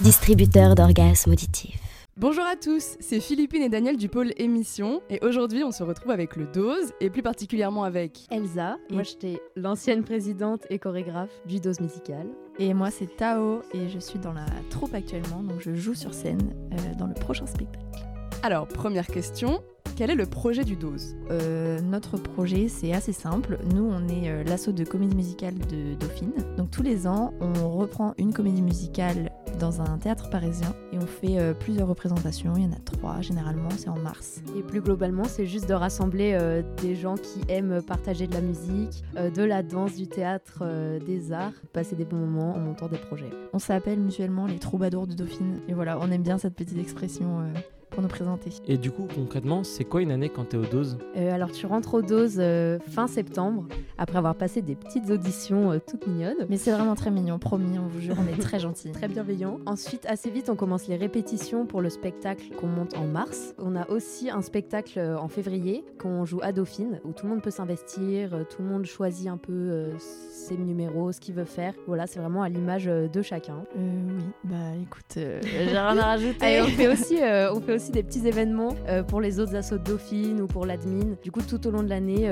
distributeur d'orgasmes auditifs. Bonjour à tous, c'est Philippine et Daniel du pôle émission et aujourd'hui on se retrouve avec le Dose et plus particulièrement avec Elsa. Moi j'étais l'ancienne présidente et chorégraphe du Dose musical. Et moi c'est Tao et je suis dans la troupe actuellement, donc je joue sur scène dans le prochain spectacle. Alors première question, quel est le projet du Dose ? Notre projet c'est assez simple, nous on est l'asso de comédie musicale de Dauphine. Donc tous les ans on reprend une comédie musicale dans un théâtre parisien et on fait plusieurs représentations, il y en a 3 généralement, c'est en mars. Et plus globalement c'est juste de rassembler des gens qui aiment partager de la musique, de la danse, du théâtre, des arts, passer des bons moments en montant des projets. On s'appelle mutuellement les troubadours de Dauphine et voilà, on aime bien cette petite expression pour nous présenter. Et du coup, concrètement, c'est quoi une année quand t'es au Dose ? Alors tu rentres au Dose fin septembre, après avoir passé des petites auditions toutes mignonnes. Mais c'est vraiment très mignon, promis, on vous jure, on est très gentils. Très bienveillant. Ensuite, assez vite, on commence les répétitions pour le spectacle qu'on monte en mars. On a aussi un spectacle en février qu'on joue à Dauphine, où tout le monde peut s'investir, tout le monde choisit un peu ses numéros, ce qu'il veut faire. Voilà, c'est vraiment à l'image de chacun. Oui, bah écoute, j'ai rien à rajouter. Et on fait aussi des petits événements pour les autres assos de Dauphine ou pour l'admin. Du coup, tout au long de l'année,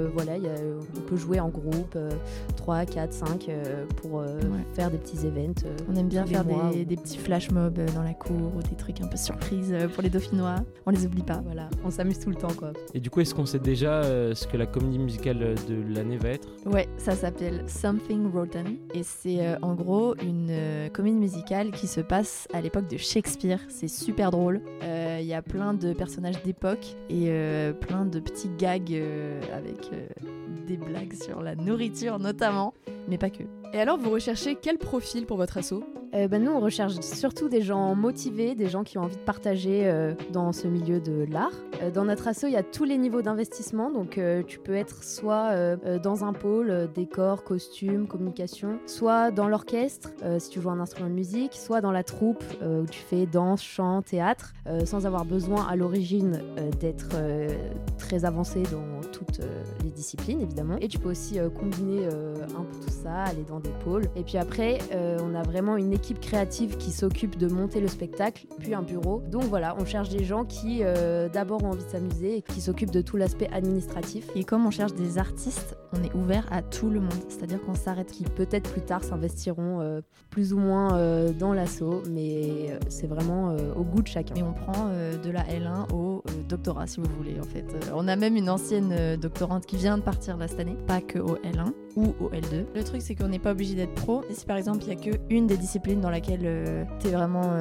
on peut jouer en groupe, 3, 4, 5 pour faire des petits events. On aime bien faire des petits flash mobs dans la cour ou des trucs un peu surprises pour les Dauphinois. On les oublie pas. Voilà, on s'amuse tout le temps, quoi. Et du coup, est-ce qu'on sait déjà ce que la comédie musicale de l'année va être ? Ouais, ça s'appelle Something Rotten et c'est en gros une comédie musicale qui se passe à l'époque de Shakespeare. C'est super drôle. Il y a plein de personnages d'époque et plein de petits gags avec des blagues sur la nourriture notamment, mais pas que. Et alors vous recherchez quel profil pour votre asso ? Nous on recherche surtout des gens motivés, des gens qui ont envie de partager dans ce milieu de l'art. Dans notre asso il y a tous les niveaux d'investissement, donc tu peux être soit dans un pôle, décor, costume, communication, soit dans l'orchestre si tu joues un instrument de musique, soit dans la troupe où tu fais danse, chant, théâtre, sans avoir besoin à l'origine d'être très avancé dans toutes les disciplines évidemment. Et tu peux aussi combiner un peu tout ça, aller dans des pôles. Et puis après on a vraiment une équipe créative qui s'occupe de monter le spectacle, puis un bureau. Donc voilà, on cherche des gens qui d'abord ont envie de s'amuser et qui s'occupent de tout l'aspect administratif. Et comme on cherche des artistes, on est ouvert à tout le monde, c'est-à-dire qu'on s'arrête. Qui peut-être plus tard s'investiront plus ou moins dans l'asso, mais c'est vraiment au goût de chacun. Et on prend de la L1 au doctorat si vous voulez en fait. On a même une ancienne doctorante qui vient de partir là cette année, pas que au L1 ou au L2. Le truc c'est qu'on n'est pas obligé d'être pro. Et si par exemple il y a que une des disciplines dans laquelle t'es vraiment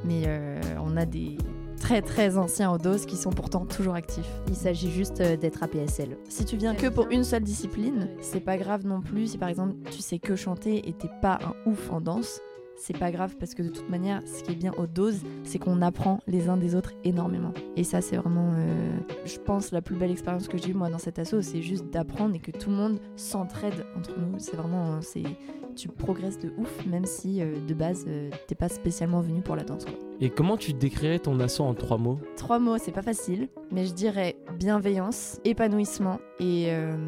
on a des très très anciens au Dose qui sont pourtant toujours actifs. Il s'agit juste d'être APSL. Si tu viens que pour une seule discipline, c'est pas grave non plus. Si par exemple tu sais que chanter et t'es pas un ouf en danse, c'est pas grave parce que de toute manière, ce qui est bien au Dose, c'est qu'on apprend les uns des autres énormément. Et ça, c'est vraiment, je pense, la plus belle expérience que j'ai eue moi dans cet asso, c'est juste d'apprendre et que tout le monde s'entraide entre nous. C'est vraiment, tu progresses de ouf, même si de base, t'es pas spécialement venu pour la danse, quoi. Et comment tu décrirais ton asso en 3 mots ? 3 mots, c'est pas facile, mais je dirais bienveillance, épanouissement et...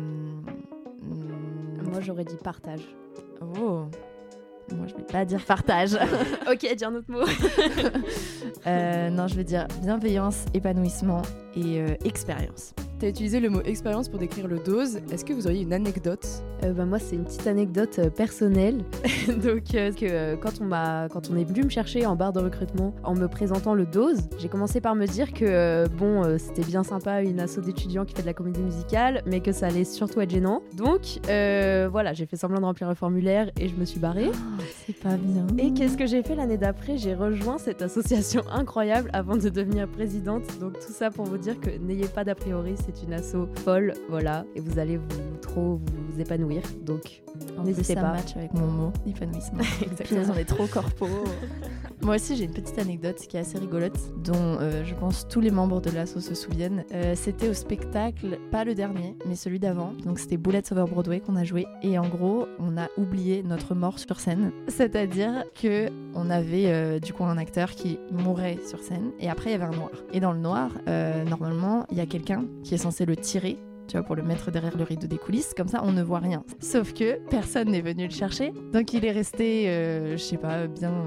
Moi, j'aurais dit partage. Oh. Moi, je vais pas dire partage. Ok, dis un autre mot. Non, je vais dire bienveillance, épanouissement et expérience. T'as utilisé le mot expérience pour décrire le Dose. Est-ce que vous auriez une anecdote ? Moi, c'est une petite anecdote personnelle. Donc, quand on est venu me chercher en barre de recrutement en me présentant le Dose, j'ai commencé par me dire que c'était bien sympa une asso d'étudiants qui fait de la comédie musicale, mais que ça allait surtout être gênant. Donc, voilà, j'ai fait semblant de remplir le formulaire et je me suis barrée. Oh, c'est pas bien. Et qu'est-ce que j'ai fait l'année d'après ? J'ai rejoint cette association incroyable avant de devenir présidente. Donc, tout ça pour vous dire que n'ayez pas d'a priori. C'est une asso folle, voilà, et vous allez vous épanouir, donc n'hésitez pas. Ça match avec mon mot, épanouissement. Exactement. On est trop corpo. Moi aussi, j'ai une petite anecdote qui est assez rigolote, dont je pense tous les membres de l'asso se souviennent. C'était au spectacle, pas le dernier, mais celui d'avant. Donc c'était Bullets Over Broadway qu'on a joué. Et en gros, on a oublié notre mort sur scène. C'est-à-dire que on avait du coup un acteur qui mourait sur scène, et après il y avait un noir. Et dans le noir, normalement, il y a quelqu'un qui est censé le tirer, tu vois, pour le mettre derrière le rideau des coulisses, comme ça on ne voit rien. Sauf que personne n'est venu le chercher, donc il est resté, je sais pas, bien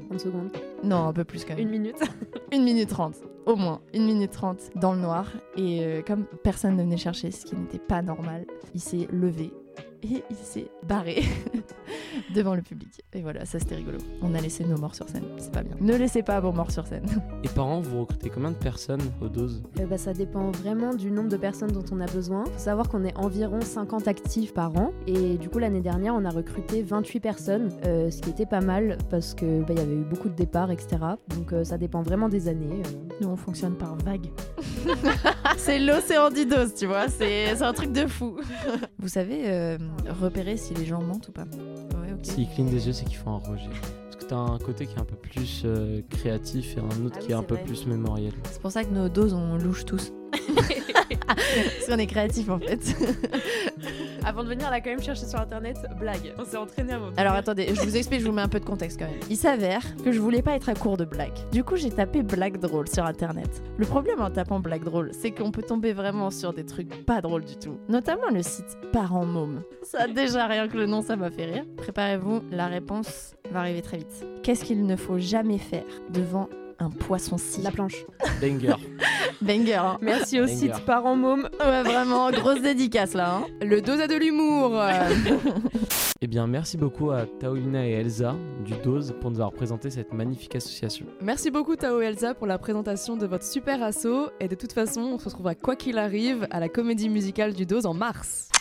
30 secondes. Non, un peu plus quand même. 1 minute. 1 minute 30, au moins. 1 minute 30 dans le noir. Et comme personne ne venait chercher, ce qui n'était pas normal, il s'est levé et il s'est barré devant le public. Et voilà, ça c'était rigolo. On a laissé nos morts sur scène, c'est pas bien. Ne laissez pas vos morts sur scène. Et par an, vous recrutez combien de personnes aux doses? Ça dépend vraiment du nombre de personnes dont on a besoin. Il faut savoir qu'on est environ 50 actifs par an. Et du coup, l'année dernière, on a recruté 28 personnes, ce qui était pas mal parce qu'il y avait eu beaucoup de départs, etc. Donc ça dépend vraiment des années. Nous, on fonctionne par vague. C'est l'océan du dos, tu vois. C'est un truc de fou. Vous savez repérer si les gens mentent ou pas? Ouais, ok. S'ils clignent des yeux, c'est qu'ils font un rejet. Parce que t'as un côté qui est un peu plus créatif et un autre qui est un peu plus mémoriel. C'est pour ça que nos doses, on louche tous. Parce qu'on est créatifs en fait. Avant de venir, elle a quand même cherché sur internet blague. On s'est entraîné avant. Alors attendez, je vous explique, je vous mets un peu de contexte quand même. Il s'avère que je voulais pas être à court de blagues. Du coup, j'ai tapé blague drôle sur internet. Le problème en tapant blague drôle, c'est qu'on peut tomber vraiment sur des trucs pas drôles du tout. Notamment le site Parents Mômes. Ça, déjà, rien que le nom, ça m'a fait rire. Préparez-vous, la réponse va arriver très vite. Qu'est-ce qu'il ne faut jamais faire devant un poisson-scie? La planche. Banger. Banger, hein. Merci au Banger. site Parents Mômes. Ouais, vraiment, grosse dédicace là. Hein. Le dose a de l'humour. Eh bien, merci beaucoup à Taolina et Elsa du Dose pour nous avoir présenté cette magnifique association. Merci beaucoup Tao et Elsa pour la présentation de votre super asso. Et de toute façon, on se retrouvera quoi qu'il arrive à la comédie musicale du Dose en mars.